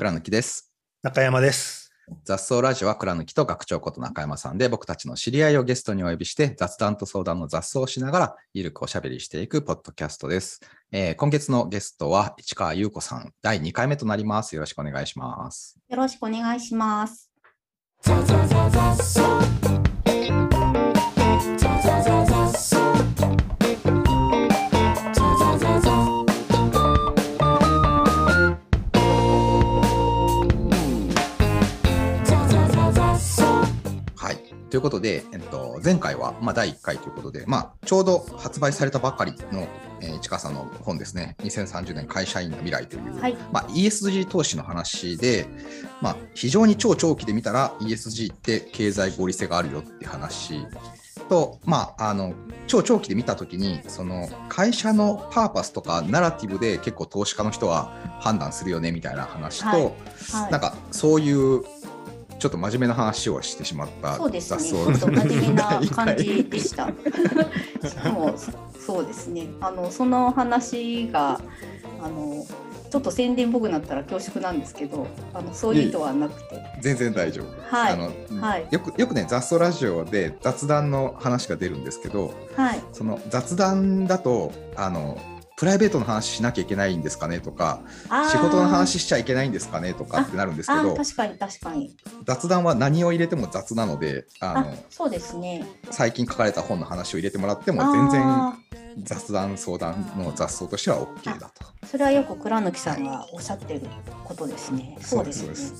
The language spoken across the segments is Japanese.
倉貫です。 中山です。 雑草ラジオは倉貫と学長こと中山さんで、僕たちの知り合いをゲストにお呼びして雑談と相談の雑草をしながらゆるくおしゃべりしていくポッドキャストです。今月のゲストは市川優子さん、第2回目となります。よろしくお願いします。 よろしくお願いします。 ということで、前回は第1回ということで、ちょうど発売されたばかりの、市川さんの本ですね、2030年会社員の未来という、 はい、 ESG 投資の話で、非常に超長期で見たら ESG って経済合理性があるよっていう話と、超長期で見たときに、その会社のパーパスとかナラティブで結構投資家の人は判断するよねみたいな話と、なんかそういうちょっと真面目な話をしてしまったそうですね、ちょっと真面目な感じでしたしかもそうですね、その話がちょっと宣伝っぽくなったら恐縮なんですけど、そういう意図はなくて全然大丈夫、 はい、 よくね雑草ラジオで雑談の話が出るんですけど、 はい、 その雑談だとプライベートの話しなきゃいけないんですかねとか、仕事の話しちゃいけないんですかねとかってなるんですけど、 確かに雑談は何を入れても雑なので、 そうですね、 最近書かれた本の話を入れてもらっても全然雑談相談の雑草としては OK だと。 それはよく倉貫さんがおっしゃってることですね。 そうです。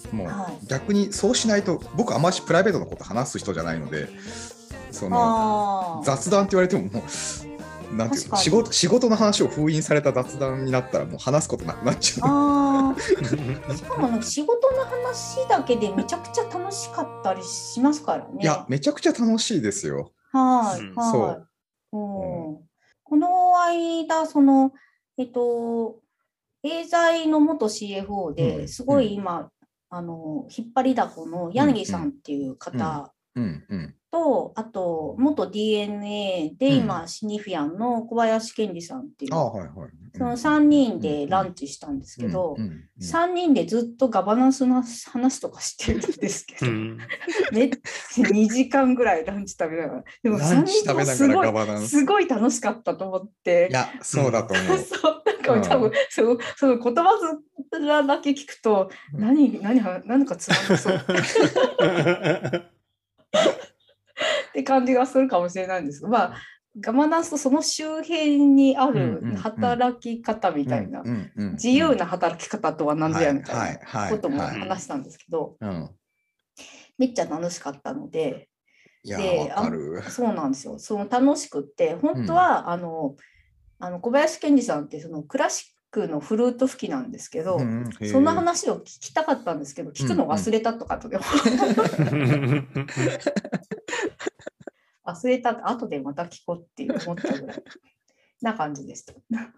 もう、逆にそうしないと、僕あんまりプライベートのこと話す人じゃないので、その雑談って言われてももうなんていう仕事の話を封印された雑談になったらもう話すことなくなっちゃう。 しかも仕事の話だけでめちゃくちゃ楽しかったりしますからね。 いやめちゃくちゃ楽しいですよ。 はい、そう、この間そのエーザイの元 CFO ですごい今、引っ張りだこの柳さんっていう方と、あと元 DNA で今シニフィアンの小林健二さんっていう、その3人でランチしたんですけど、3人でずっとガバナンスの話とかしてるんですけど、2時間ぐらいランチ食べながら、でも3人ともすごい楽しかったと思って。 いやそうだと思う。 そうなんか多分、その言葉面だけ聞くと何かつまんなそうって感じがするかもしれないんですけど、ガバナンスとその周辺にある働き方みたいな、自由な働き方とは何ぞやみたいなことも話したんですけど、めっちゃ楽しかったので、 わかる。 そうなんですよ。その楽しくって本当は、小林健二さんってそのクラシックのフルート吹きなんですけど、そんな話を聞きたかったんですけど、聞くの忘れたとかとでも忘れた後でまた聞こうって思ったぐらいな感じでした。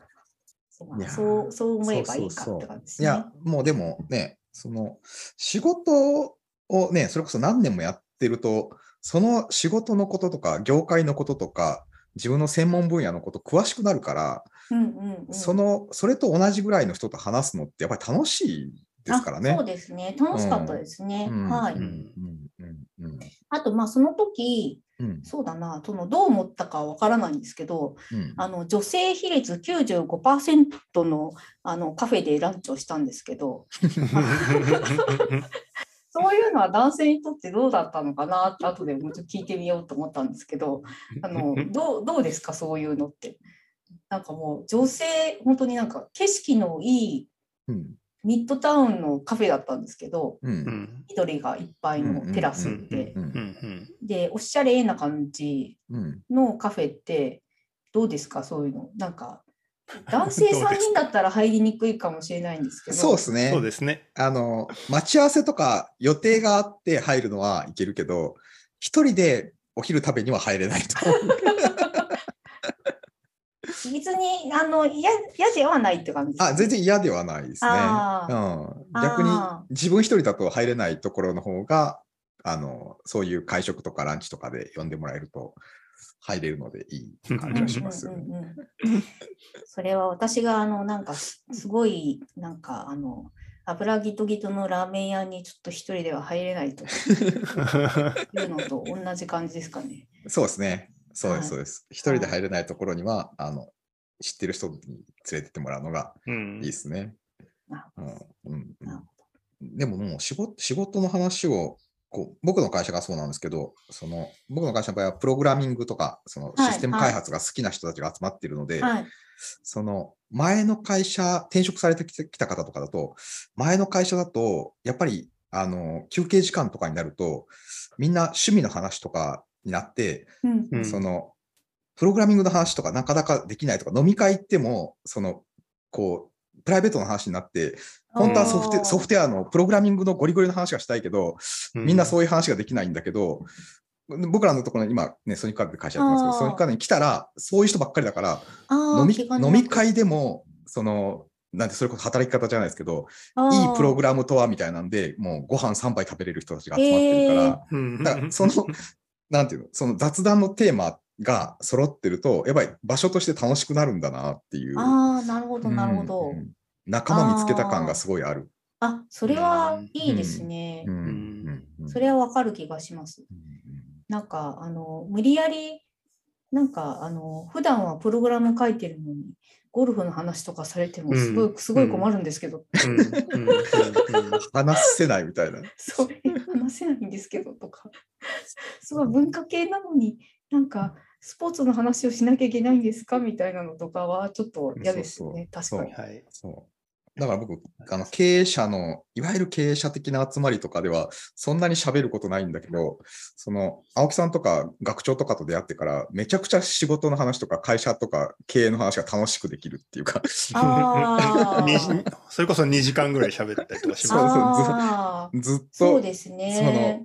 そう思えばいいかって感じですね。 いやもうでもね、その仕事をね、それこそ何年もやってると、その仕事のこととか業界のこととか自分の専門分野のこと詳しくなるから、それと同じぐらいの人と話すのってやっぱり楽しいですからね。 そうですね、楽しかったですね。はい。あとその時、そうだな、どう思ったかわからないんですけど、女性比率 95% のカフェでランチをしたんですけどそういうのは男性にとってどうだったのかなって後でもうちょっと聞いてみようと思ったんですけど、どうですかそういうのって。なんかもう女性本当になんか景色のいいミッドタウンのカフェだったんですけど、緑がいっぱいのテラスでおしゃれな感じのカフェってどうですかそういうの。なんか男性3人だったら入りにくいかもしれないんですけど。 そうですね。待ち合わせとか予定があって入るのはいけるけど、一人でお昼食べには入れないと別に嫌ではないって感じですか、ね。 全然嫌ではないですね。逆に自分一人だと入れないところの方がそういう会食とかランチとかで呼んでもらえると入れるのでいい感じがします。 それは私がなんかすごいなんか油ギトギトのラーメン屋にちょっと一人では入れないというのと同じ感じですかね。 そうですね。そうです、 はいそうです。一人で入れないところには、知ってる人に連れてってもらうのがいいですね。でももう仕事の話を僕の会社がそうなんですけど、僕の会社の場合はプログラミングとかシステム開発が好きな人たちが集まっているので、前の会社、転職されてきた方とかだと、前の会社だと、やっぱり休憩時間とかになると、みんな趣味の話とかになって、プログラミングの話とかなかなかできないとか、飲み会行っても、プライベートの話になって、本当はソフトウェアのプログラミングのゴリゴリの話がしたいけど、みんなそういう話ができないんだけど、僕らのところに今、ね、ソニックカードで会社やってますけど、ソニックカードに来たら、そういう人ばっかりだから、飲み会でも、なんてそれこそ働き方じゃないですけど、いいプログラムとはみたいなんで、もうご飯3杯食べれる人たちが集まってるから、だからなんていうの、その雑談のテーマが揃ってると、やっぱり場所として楽しくなるんだなっていう。 なるほど、なるほど。 仲間見つけた感がすごいある。 それはいいですね。それはわかる気がします。なんか、無理やり、なんか、普段はプログラム書いてるのに、ゴルフの話とかされてもすごい困るんですけど。 話せないみたいな。 話せないんですけどとか。すごい文化系なのに、なんか、スポーツの話をしなきゃいけないんですかみたいなのとかはちょっと嫌ですよね。確かに。 だから僕、経営者の、いわゆる経営者的な集まりとかでは、そんなに喋ることないんだけど、青木さんとか学長とかと出会ってから、めちゃくちゃ仕事の話とか会社とか経営の話が楽しくできるっていうかそれこそ2時間ぐらい喋ったりとかします。ずっと。 そうですね。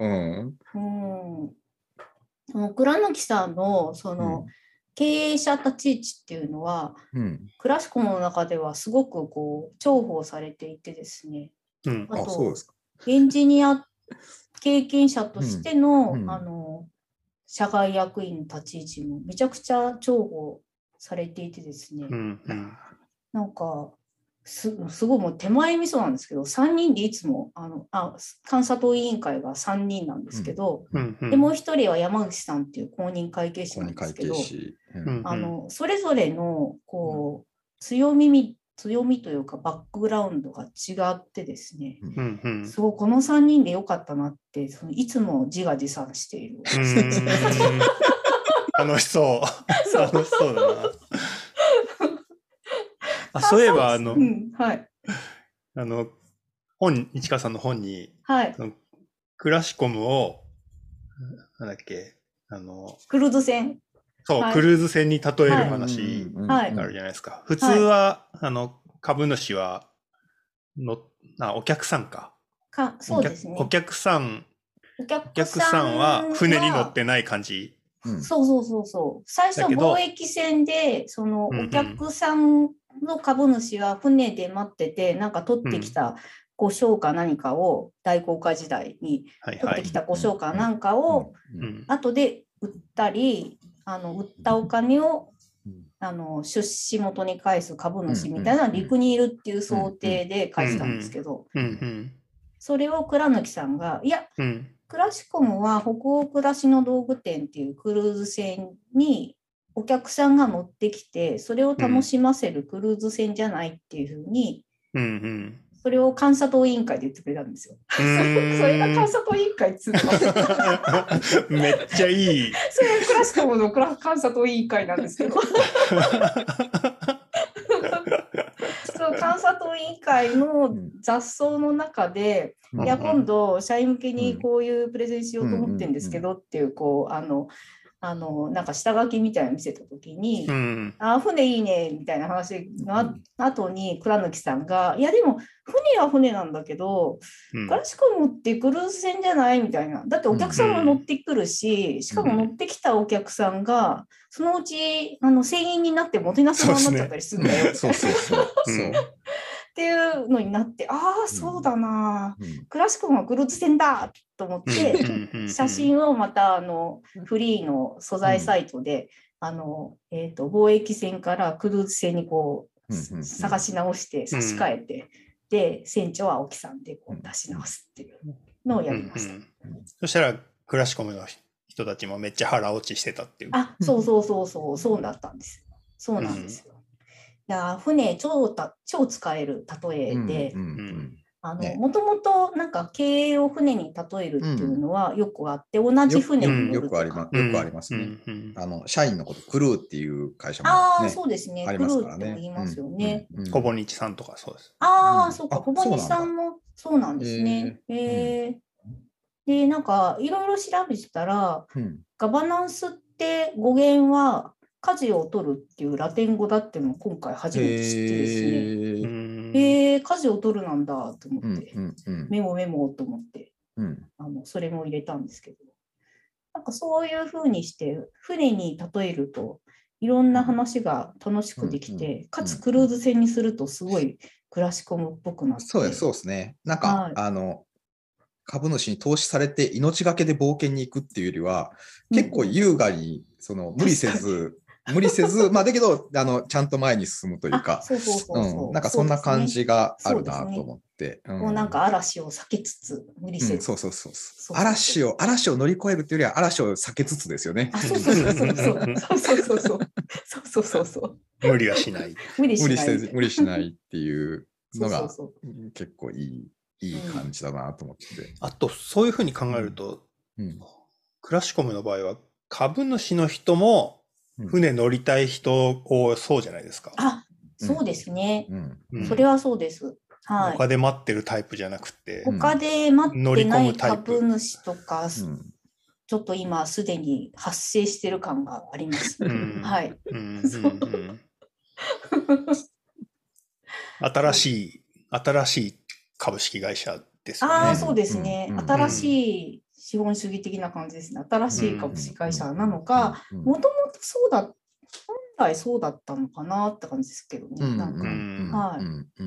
倉貫さんの、経営者立ち位置っていうのは、クラシコムの中ではすごく重宝されていてですね。あと、エンジニア経験者としての、社外役員の立ち位置もめちゃくちゃ重宝されていてですね。なんか、すごいもう手前味噌なんですけど、3人でいつも監査党委員会が3人なんですけど、でもう1人は山口さんっていう公認会計士なんですけど、それぞれの強みというかバックグラウンドが違ってですね、すごいこの3人でよかったなって、いつも自画自賛している。 楽しそう。楽しそうだな。そういえば、市川さんの本に、クラシコムを、なんだっけ、 クルーズ船。 そう、クルーズ船に例える話があるじゃないですか。普通は、株主はお客さんか。 そうですね。 お客さんは船に乗ってない感じ。 そう。最初、貿易船で、お客さんの株主は船で待ってて、なんか取ってきた胡椒か何かを、大航海時代に取ってきた胡椒かなんかを、後で売ったり、売ったお金を出資元に返す株主みたいな陸にいるっていう想定で返したんですけど、それを倉貫さんが、いや、クラシコムは北欧暮らしの道具店っていうクルーズ船にお客さんが乗ってきて、それを楽しませるクルーズ船じゃないっていうふうに、それを監査党委員会で言ってくれたんですよ。それが監査党委員会っつうの。 めっちゃいい。 それがクラシコムの監査党委員会なんですけど。監査党委員会の雑草の中で、いや今度社員向けにこういうプレゼンしようと思ってるんですけどっていうなんか下書きみたいなの見せたときに、船いいねみたいな話の後に倉貫さんが、いやでも船は船なんだけど、クラシコムってクルーズ船じゃないみたいな。だってお客さんも乗ってくるし、しかも乗ってきたお客さんが、そのうち船員になってもてなす側になっちゃったりするんだよ。っていうのになって、そうだな、クラシコムはクルーズ船だと思って、写真をまたフリーの素材サイトで、貿易船からクルーズ船に探し直して差し替えて、 で船長は青木さんでこう出し直すっていうのをやりました。 そしたらクラシコムの人たちもめっちゃ腹落ちしてたっていう。 そうだったんです。そうなんですよ。いや船超使える例えで、もともとなんか経営を船に例えるっていうのはよくあって、同じ船に乗るとか、 よくありますね。社員のことクルーっていう会社もね、 そうですね。 クルーっても言いますよね。 小堀日さんとかそうです。 そうか。小堀さんもそうなんですね。で、なんかいろいろ調べてたら、ガバナンスって語源は舵を取るっていうラテン語だっていうのを今回初めて知ってですね。舵を取るなんだと思って、メモと思って、それも入れたんですけど、なんかそういうふうにして船に例えるといろんな話が楽しくできて、かつクルーズ船にするとすごいクラシコムっぽくなって。 そうですね。なんか、株主に投資されて命がけで冒険に行くっていうよりは、結構優雅に無理せず、だけどちゃんと前に進むというか、なんかそんな感じがあるなと思って。 なんか嵐を避けつつ無理せず。 嵐を乗り越えるっていうよりは嵐を避けつつですよね。 無理はしない。 無理しないっていうのが結構いい感じだなと思って。 あとそういうふうに考えると、クラシコムの場合は株主の人も船乗りたい人多そうじゃないですか。 そうですね。それはそうです。 他で待ってるタイプじゃなくて。 他で待ってない株主とか、ちょっと今すでに発生してる感があります。はい。 新しい株式会社ですよね。 そうですね。新しい資本主義的な感じですね。新しい株式会社なのか、もともと本来そうだったのかなって感じですけどね。なんか、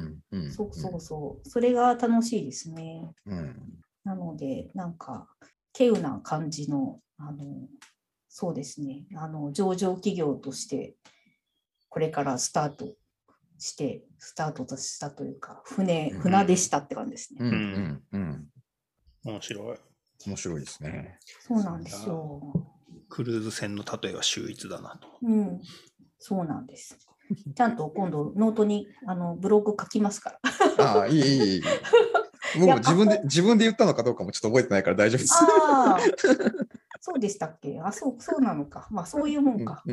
それが楽しいですね。なので、なんか、稀有な感じの、そうですね。上場企業として、これからスタートとしたというか、船でしたって感じですね。 面白いですね。 そうなんですよ。 クルーズ船の例えは秀逸だなと。 そうなんです。ちゃんと今度ノートにブログ書きますから。 いい。僕も自分で言ったのかどうかもちょっと覚えてないから大丈夫です。 そうでしたっけ？そうなのか。まあそういうもんか。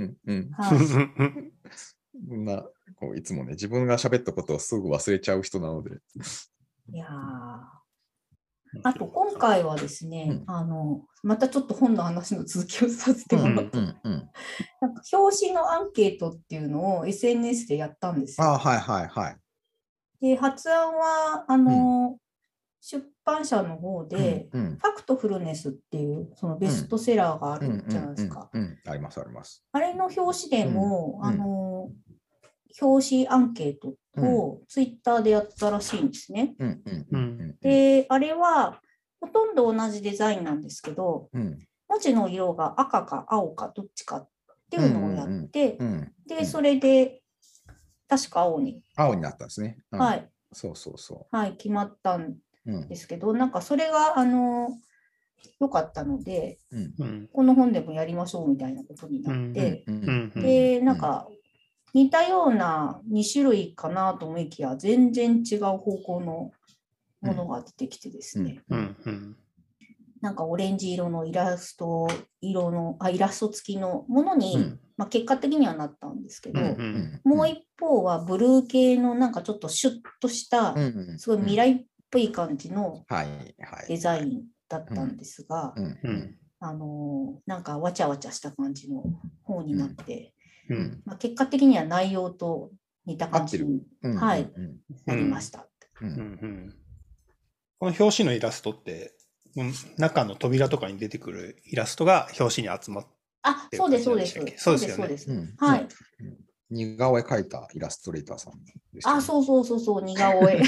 いつもね、自分が喋ったことをすぐ忘れちゃう人なので。 いやあと今回はですね、またちょっと本の話の続きをさせてもらうと、なんか表紙のアンケートっていうのを SNS でやったんですよ。で、発案は出版社の方で、ファクトフルネスっていうそのベストセラーがあるじゃないですか。 ありますあります。 あれの表紙でも、表紙アンケートをツイッターでやったらしいんですね。で、あれはほとんど同じデザインなんですけど、文字の色が赤か青かどっちかっていうのをやって、で、それで確か青になったんですね。 はい。はい、決まったんですけど、なんかそれが良かったので、この本でもやりましょうみたいなことになって、で、なんか似たような2種類かなと思いきや、全然違う方向のものが出てきてですね、なんかオレンジ色のイラスト付きのものに、結果的にはなったんですけど、もう一方はブルー系のなんかちょっとシュッとしたすごい未来っぽい感じのデザインだったんですが、なんかわちゃわちゃした感じの方になって、結果的には内容と似た感じになりました。 この表紙のイラストって中の扉とかに出てくるイラストが表紙に集まってる感じなんでしたっけ？そうですよね。 はい。 似顔絵描いたイラストレーターさんですね。 そう、似顔絵。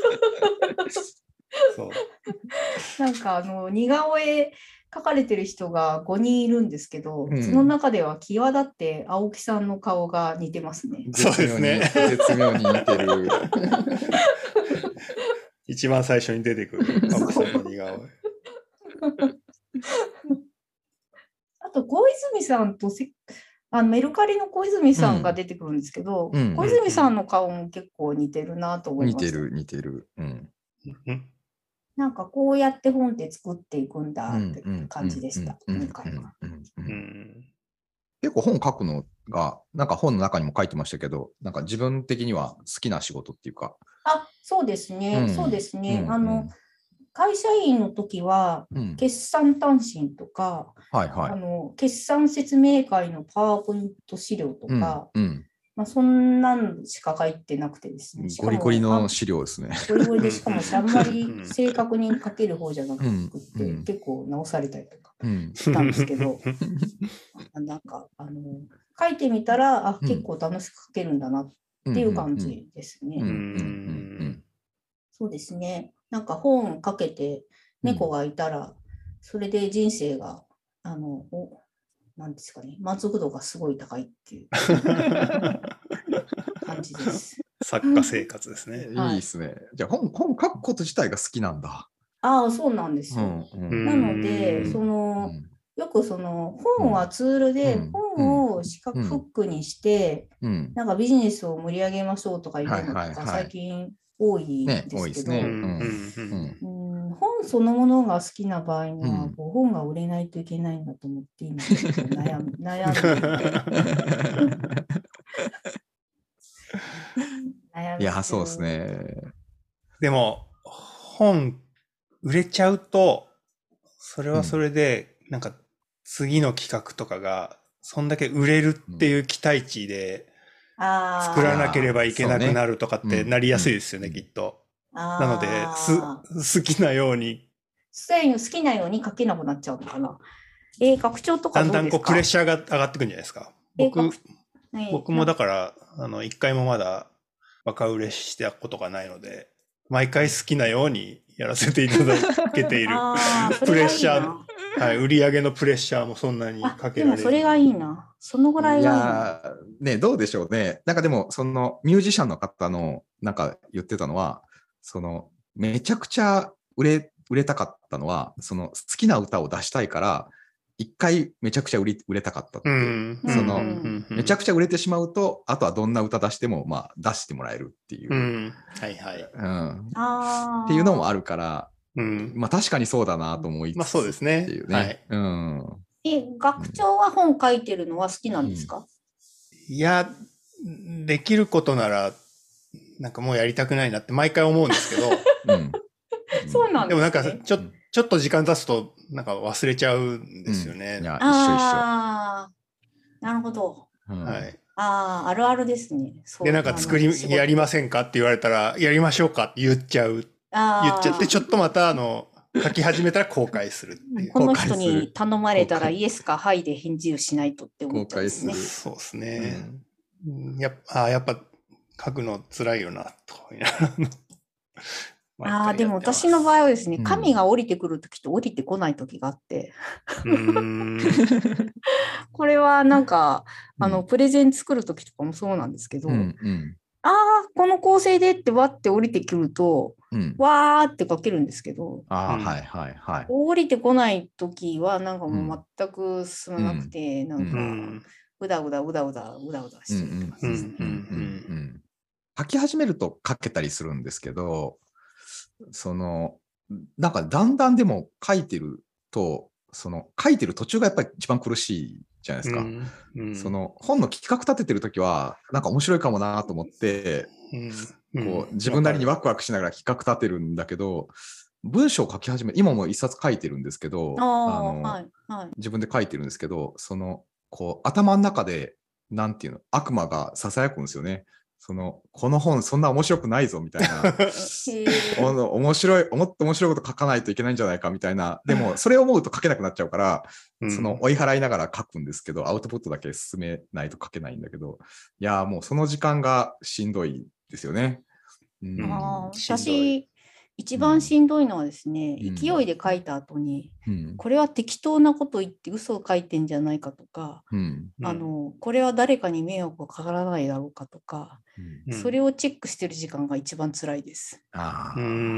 なんか似顔絵描かれてる人が5人いるんですけど、その中では際立って青木さんの顔が似てますね。 そうですね。 絶妙に似てる。 一番最初に出てくる青木さんの似顔絵。 あと、小泉さんとメルカリの小泉さんが出てくるんですけど、小泉さんの顔も結構似てるなと思いました。 似てる。 なんかこうやって本って作っていくんだって感じでした。 結構本書くのが、なんか本の中にも書いてましたけど、なんか自分的には好きな仕事っていうか。 そうですね。そうですね。会社員の時は、決算単身とか、決算説明会のパワーポイント資料とか、そんなんしか書いてなくてですね。 ゴリゴリの資料ですね。 ゴリゴリで、しかもあんまり正確に書ける方じゃなくて、結構直されたりとかしたんですけど、なんか、書いてみたら、結構楽しく書けるんだなっていう感じですね。そうですね。なんか本書けて猫がいたら、それで人生が、なんですかね、満足度がすごい高いっていう感じです。 作家生活ですね。 いいですね。じゃあ本書くこと自体が好きなんだ。 そうなんですよ。なので、よく本はツールで本を四角フックにして、なんかビジネスを盛り上げましょうとかいうのとか最近多いですけど、本そのものが好きな場合には、本が売れないといけないんだと思って今悩んでいや、そうですね。 でも、本売れちゃうと、それはそれで、なんか次の企画とかが、そんだけ売れるっていう期待値で、作らなければいけなくなるとかってなりやすいですよね、きっと。なので、好きなように。 好きなように書けなくなっちゃうのかな。学長とかどうですか？ だんだんプレッシャーが上がってくるんじゃないですか。僕もだから、一回もまだバカ売れしたことがないので、毎回好きなようにやらせていただけているプレッシャー、はい、売り上げのプレッシャーもそんなにかけられる。 でもそれがいいな。そのぐらいがいいな。 ね、どうでしょうね。なんかでも、ミュージシャンの方の、なんか言ってたのは、めちゃくちゃ売れたかったのは、好きな歌を出したいから、一回めちゃくちゃ売れたかったって。めちゃくちゃ売れてしまうと、あとはどんな歌出しても、まあ、出してもらえるっていう。っていうのもあるから、まあ確かにそうだなと思いつつっていうね。 学長は本書いてるのは好きなんですか？ いや、できることなら、なんかもうやりたくないなって毎回思うんですけど。 そうなんですね。 でもなんかちょっと時間経つとなんか忘れちゃうんですよね。 いや、一緒。 なるほど。 はい。 あるあるですね。 で、なんかやりませんかって言われたら、やりましょうかって言っちゃって、ちょっとまた書き始めたら後悔するっていう。 この人に頼まれたらイエスかハイで返事をしないとって思っちゃうんですね。 そうですね。やっぱ書くの辛いよな、と。 でも私の場合はですね、神が降りてくるときと降りてこないときがあって。これはなんか、プレゼン作るときとかもそうなんですけど、この構成でってわって降りてくると、わーって書けるんですけど、降りてこないときはなんかもう全く進まなくて、なんか、うだうだしてる感じですね。 書き始めると書けたりするんですけど、なんかだんだんでも書いてると、書いてる途中がやっぱり一番苦しいじゃないですか。本の企画立ててるときは、なんか面白いかもなと思って、自分なりにワクワクしながら企画立てるんだけど、文章を書き始め、今も一冊書いてるんですけど、自分で書いてるんですけど、頭の中で、なんていうの、悪魔が囁くんですよね。この本そんな面白くないぞみたいなもっと面白いこと書かないといけないんじゃないかみたいな。でもそれを思うと書けなくなっちゃうから、追い払いながら書くんですけど、アウトプットだけ進めないと書けないんだけど、いやもうその時間がしんどいですよね。 私一番しんどいのはですね、 うん勢いで書いた後に、 うんこれは適当なこと言って嘘を書いてんじゃないかとか、 うんこれは誰かに迷惑がかからないだろうかとか、 うんそれをチェックしてる時間が一番辛いです。 あ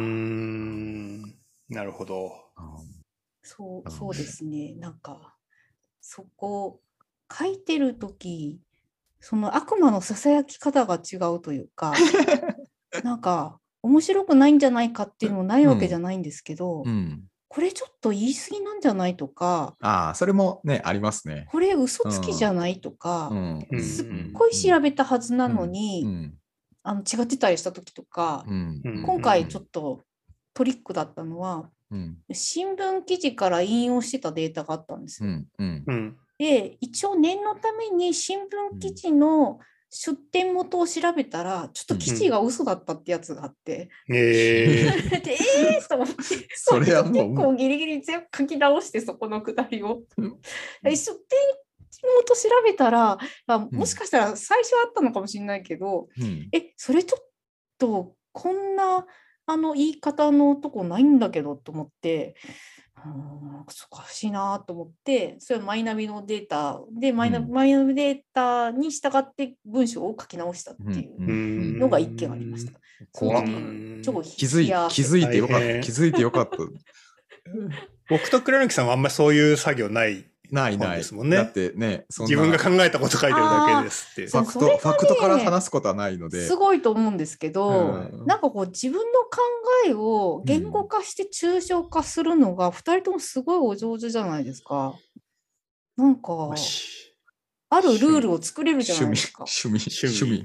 なるほど。 そうですね。なんか、そこ、書いてるとき、その悪魔のささやき方が違うというか、なんか、面白くないんじゃないかっていうのもないわけじゃないんですけど、 うんこれちょっと言い過ぎなんじゃないとか、 それもね、ありますね。 これ嘘つきじゃないとか、すっごい調べたはずなのに、違ってたりした時とか、今回ちょっとトリックだったのは、新聞記事から引用してたデータがあったんですよ。で、一応念のために新聞記事の出典元を調べたら、ちょっと記事が嘘だったってやつがあって、でと思って、 それはもう結構ギリギリ全部書き直して、そこのくだりを。出典元調べたら、もしかしたら最初あったのかもしれないけど、それちょっとこんな言い方のとこないんだけどと思って、おかしいなと思って、それはマイナビのデータで、マイナビデータに従って文章を書き直したっていうのが一件ありました。 怖っ。 超気づいてよかった。気づいてよかった。 僕と倉貫さんはあんまりそういう作業ないですもんね。 だってね、 自分が考えたこと書いてるだけですっていう。 ファクトから話すことはないので。 すごいと思うんですけど、なんかこう自分の考えを言語化して抽象化するのが2人ともすごいお上手じゃないですか。なんか、あるルールを作れるじゃないですか。 趣味。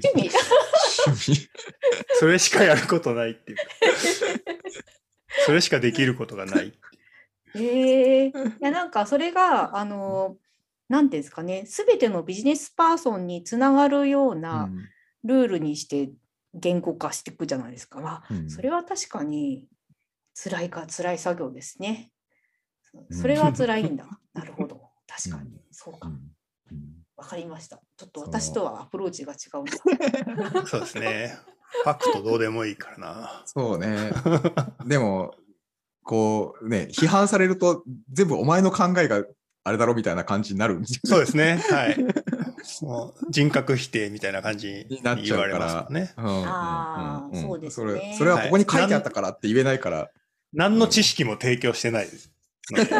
それしかやることないっていう。それしかできることがない。 いやなんかそれがなんていうんですかね、すべてのビジネスパーソンにつながるようなルールにして言語化していくじゃないですか。それは確かに辛い作業ですね。それは辛いんだ。なるほど。確かに。そうか。わかりました。ちょっと私とはアプローチが違うんだ。 そうですね。ファクトどうでもいいからな。 そうね。でも、こうね、批判されると全部お前の考えがあれだろみたいな感じになるんですよ。 そうですね。はい。もう人格否定みたいな感じになっちゃうから。 そうですね。 それはここに書いてあったからって言えないから。 何の知識も提供してないです。 そんな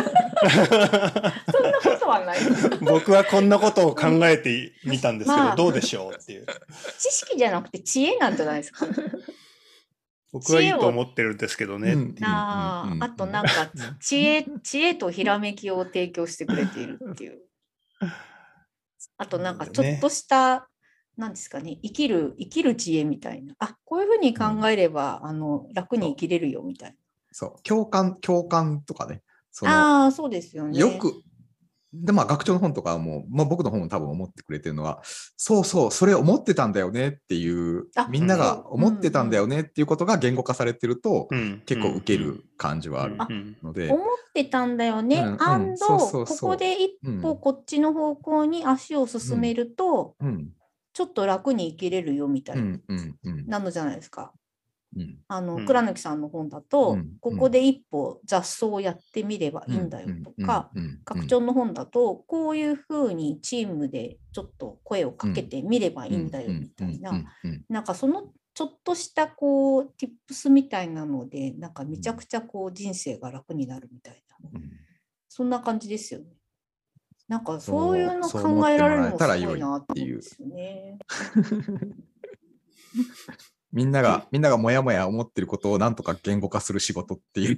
ことはない。 僕はこんなことを考えてみたんですけど、どうでしょうっていう。 知識じゃなくて知恵なんじゃないですか。 僕はいいと思ってるんですけどね。 あとなんか知恵とひらめきを提供してくれているっていう。あとなんかちょっとした、なんですかね、生きる知恵みたいな。こういうふうに考えれば、楽に生きれるよみたいな。 そう、共感とかね。 そうですよね。 よく、で、学長の本とかも、僕の本も多分思ってくれてるのは、それ思ってたんだよねっていう、みんなが思ってたんだよねっていうことが言語化されてると、結構受ける感じはあるので。 思ってたんだよね。ここで一歩こっちの方向に足を進めると、ちょっと楽に生きれるよみたいなのじゃないですか。倉貫さんの本だと、ここで一歩雑草をやってみればいいんだよとか、学長の本だと、こういうふうにチームでちょっと声をかけてみればいいんだよみたいな、なんかそのちょっとしたこう、tips みたいなので、なんかめちゃくちゃこう人生が楽になるみたいな、そんな感じですよね。なんかそういうの考えられるのもすごいなっていうですよね。 みんながもやもや思ってることをなんとか言語化する仕事っていう。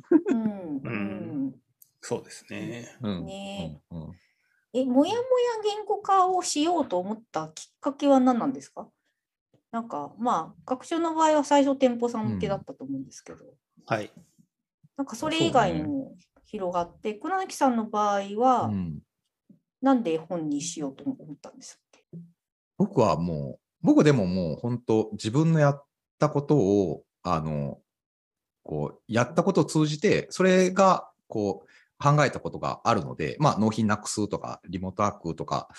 そうですね。 もやもや言語化をしようと思ったきっかけは何なんですか？なんか学習の場合は最初店舗さん向けだったと思うんですけど、 はい。 なんかそれ以外にも広がって、倉貫さんの場合は、なんで本にしようと思ったんですっけ？ 僕でももう本当自分のやったことをこうやったことを通じて、それがこう考えたことがあるので、納品なくすとかリモートワークとか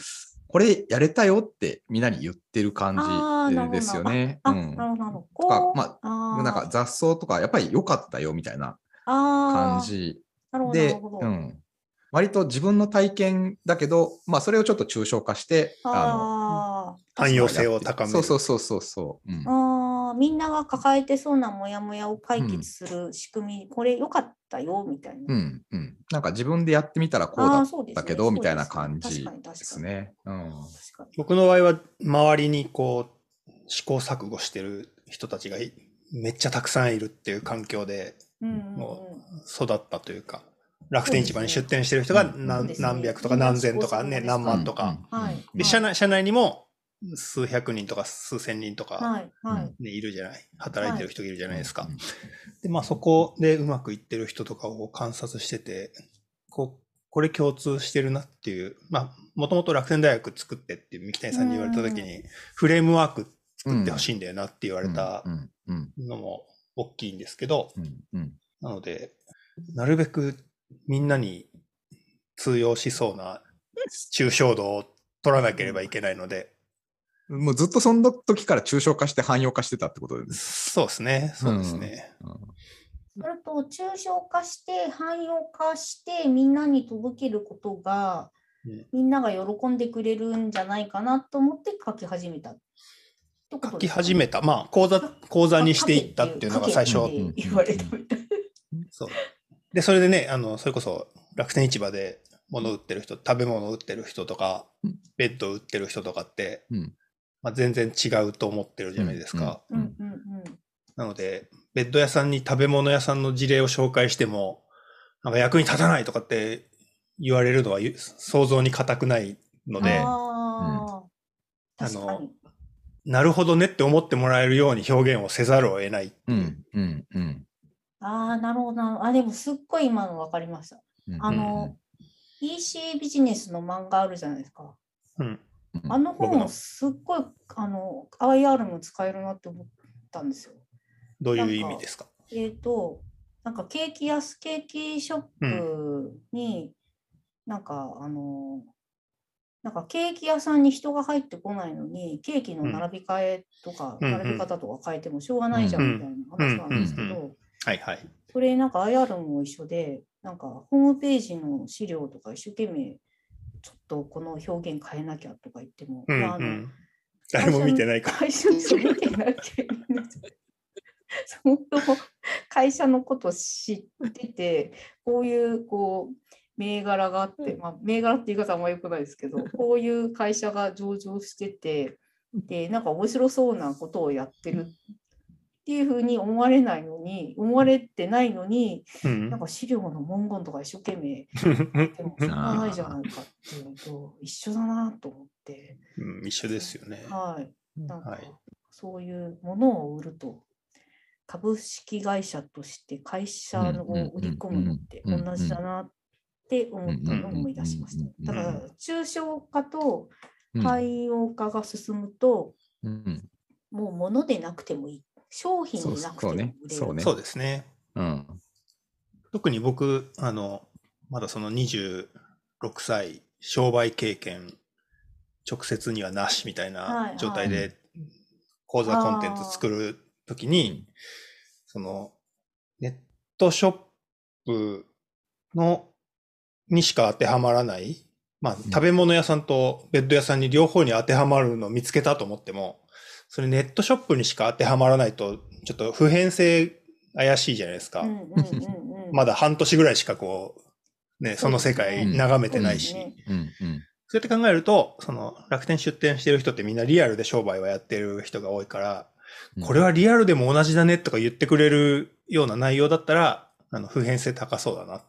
これやれたよってみんなに言ってる感じですよね。 なるほど、なるほど。 とか、まあ、なんか雑草とか、やっぱり良かったよみたいな感じで、割と自分の体験だけど、まあ、それをちょっと抽象化して、 汎用性を高める。 そう。 みんなが抱えてそうなモヤモヤを解決する仕組み、これ良かったよみたいな。 なんか自分でやってみたらこうだったけど、みたいな感じですね。 僕の場合は周りにこう試行錯誤してる人たちがめっちゃたくさんいるっていう環境でもう育ったというか、楽天市場に出店してる人が何百とか何千とかね、何万とか。で、社内にも数百人とか数千人とか、ね、いるじゃない。働いてる人がいるじゃないですか。で、まあそこでうまくいってる人とかを観察してて、これ共通してるなっていう、まあ、もともと楽天大学作ってって三木谷さんに言われたときに、フレームワーク作ってほしいんだよなって言われたのも大きいんですけど、なので、なるべくみんなに通用しそうな抽象度を取らなければいけないので。 もうずっとその時から抽象化して汎用化してたってことです。 そうですね。そうですね。 それと抽象化して汎用化してみんなに届けることが、みんなが喜んでくれるんじゃないかなと思って書き始めた。 書き始めた。まあ講座にしていったっていうのが最初。 言われたみたい。 そう。で、それでね、それこそ楽天市場で物売ってる人、食べ物売ってる人とか、ベッド売ってる人とかって、まあ、全然違うと思ってるじゃないですか。なので、ベッド屋さんに食べ物屋さんの事例を紹介しても、なんか役に立たないとかって言われるのは想像に難くないので、なるほどねって思ってもらえるように表現をせざるを得ない。 なるほど。でもすっごい今の分かりました。EC ビジネスの漫画あるじゃないですか。あの本すっごいIR も使えるなって思ったんですよ。 どういう意味ですか？ なんかケーキショップに、なんかケーキ屋さんに人が入ってこないのに、ケーキの並び替えとか、並び方とか変えてもしょうがないじゃんみたいな話なんですけど、それなんか IR も一緒で、なんかホームページの資料とか一生懸命ちょっとこの表現変えなきゃとか言っても、 誰も見てないから。 会社見てなきゃいけない。そもそも会社のこと知ってて、こういう銘柄があって、まあ、銘柄って言い方はあんま良くないですけど、こういう会社が上場してて、で、なんか面白そうなことをやってるっていうふうに思われてないのに、なんか資料の文言とか一生懸命やってもしょうがないじゃないかっていうのと一緒だなと思って。 一緒ですよね。 なんかそういうものを売ると、株式会社として会社を売り込むのって同じだなって思ったのを思い出しました。だから抽象化と汎用化が進むと、もう物でなくてもいい。商品になくても売れる。 そうですね。特に僕、まだその26歳、商売経験、直接にはなしみたいな状態で講座コンテンツ作るときに、そのネットショップにしか当てはまらない、まあ食べ物屋さんとベッド屋さんに両方に当てはまるのを見つけたと思っても、それネットショップにしか当てはまらないと、ちょっと普遍性怪しいじゃないですか。まだ半年ぐらいしかその世界眺めてないし。そうやって考えると、その楽天出店してる人ってみんなリアルで商売はやってる人が多いから、これはリアルでも同じだねとか言ってくれるような内容だったら、普遍性高そうだなって。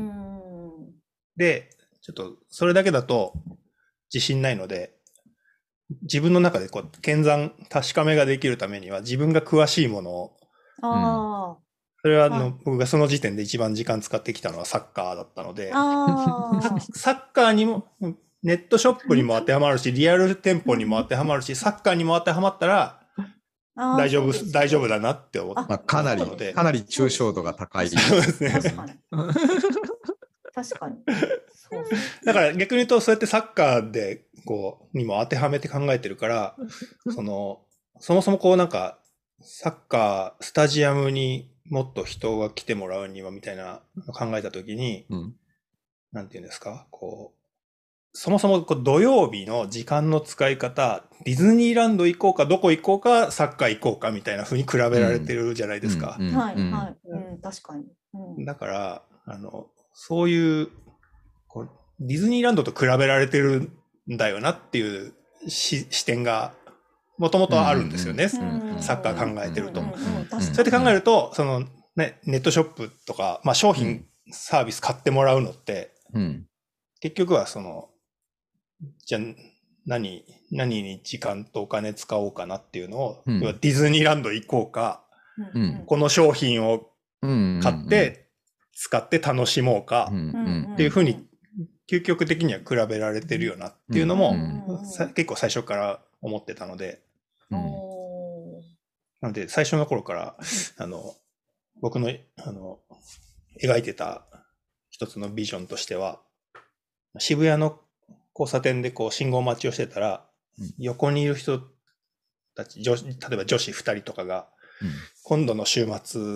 で、ちょっとそれだけだと自信ないので、自分の中で検算、確かめができるためには自分が詳しいものを、それは僕がその時点で一番時間使ってきたのはサッカーだったので、サッカーにも、ネットショップにも当てはまるし、リアル店舗にも当てはまるし、サッカーにも当てはまったら、大丈夫だなって思ったので。 かなり抽象度が高い。 そうですね。 確かに。 だから逆に言うと、そうやってサッカーでこうにも当てはめて考えてるから、そもそもこうなんかサッカースタジアムにもっと人が来てもらうにはみたいなのを考えたときに、なんていうんですか、こうそもそもこう土曜日の時間の使い方、ディズニーランド行こうかどこ行こうかサッカー行こうかみたいな風に比べられてるじゃないですか。 はいはい、確かに。 だからそういうディズニーランドと比べられてるんだよなっていう視点がもともとあるんですよね。サッカー考えてると。そうやって考えると、ネットショップとか、まあ商品、サービス買ってもらうのって、結局はじゃあ何に時間とお金使おうかなっていうのを、要はディズニーランド行こうか、この商品を買って使って楽しもうかっていうふうに究極的には比べられてるよなっていうのも、結構最初から思ってたので、なので最初の頃から僕の描いてた一つのビジョンとしては、渋谷の交差点でこう信号待ちをしてたら、横にいる人たち、例えば女子2人とかが、今度の週末、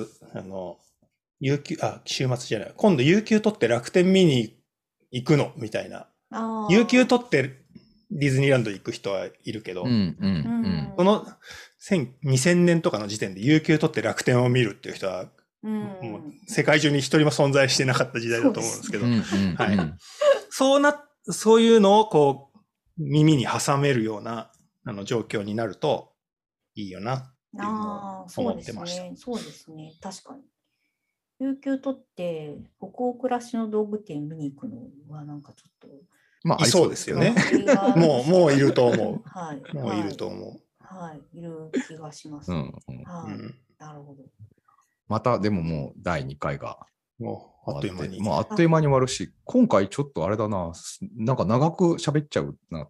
週末じゃない、今度有給取って楽天見に行くのみたいな。有給取ってディズニーランド行く人はいるけど、この2000年とかの時点で有給取って楽天を見るっていう人は、もう世界中に一人も存在してなかった時代だと思うんですけど、そういうのをこう耳に挟めるような状況になるといいよなっていうのを思ってました。 そうですね、確かに。有給取って北欧暮らしの道具店見に行くのはなんかちょっと、 まあ、いそうですよね。もういると思う。はい。もういると思う。 はい。いる気がします。なるほど。 またでももう第2回がもうあっという間に。 もうあっという間に終わるし、今回ちょっとあれだな、なんか長く喋っちゃうな。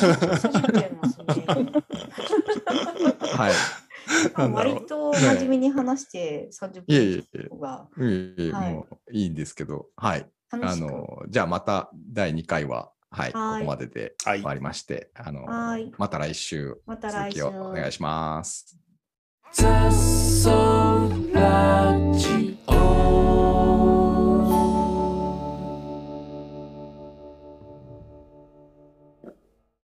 はい。割と真面目に話して30分が。 もういいんですけど、はい。じゃあまた第2回は、はい、ここまでで終わりまして、また来週続きをお願いします。雑草ラジ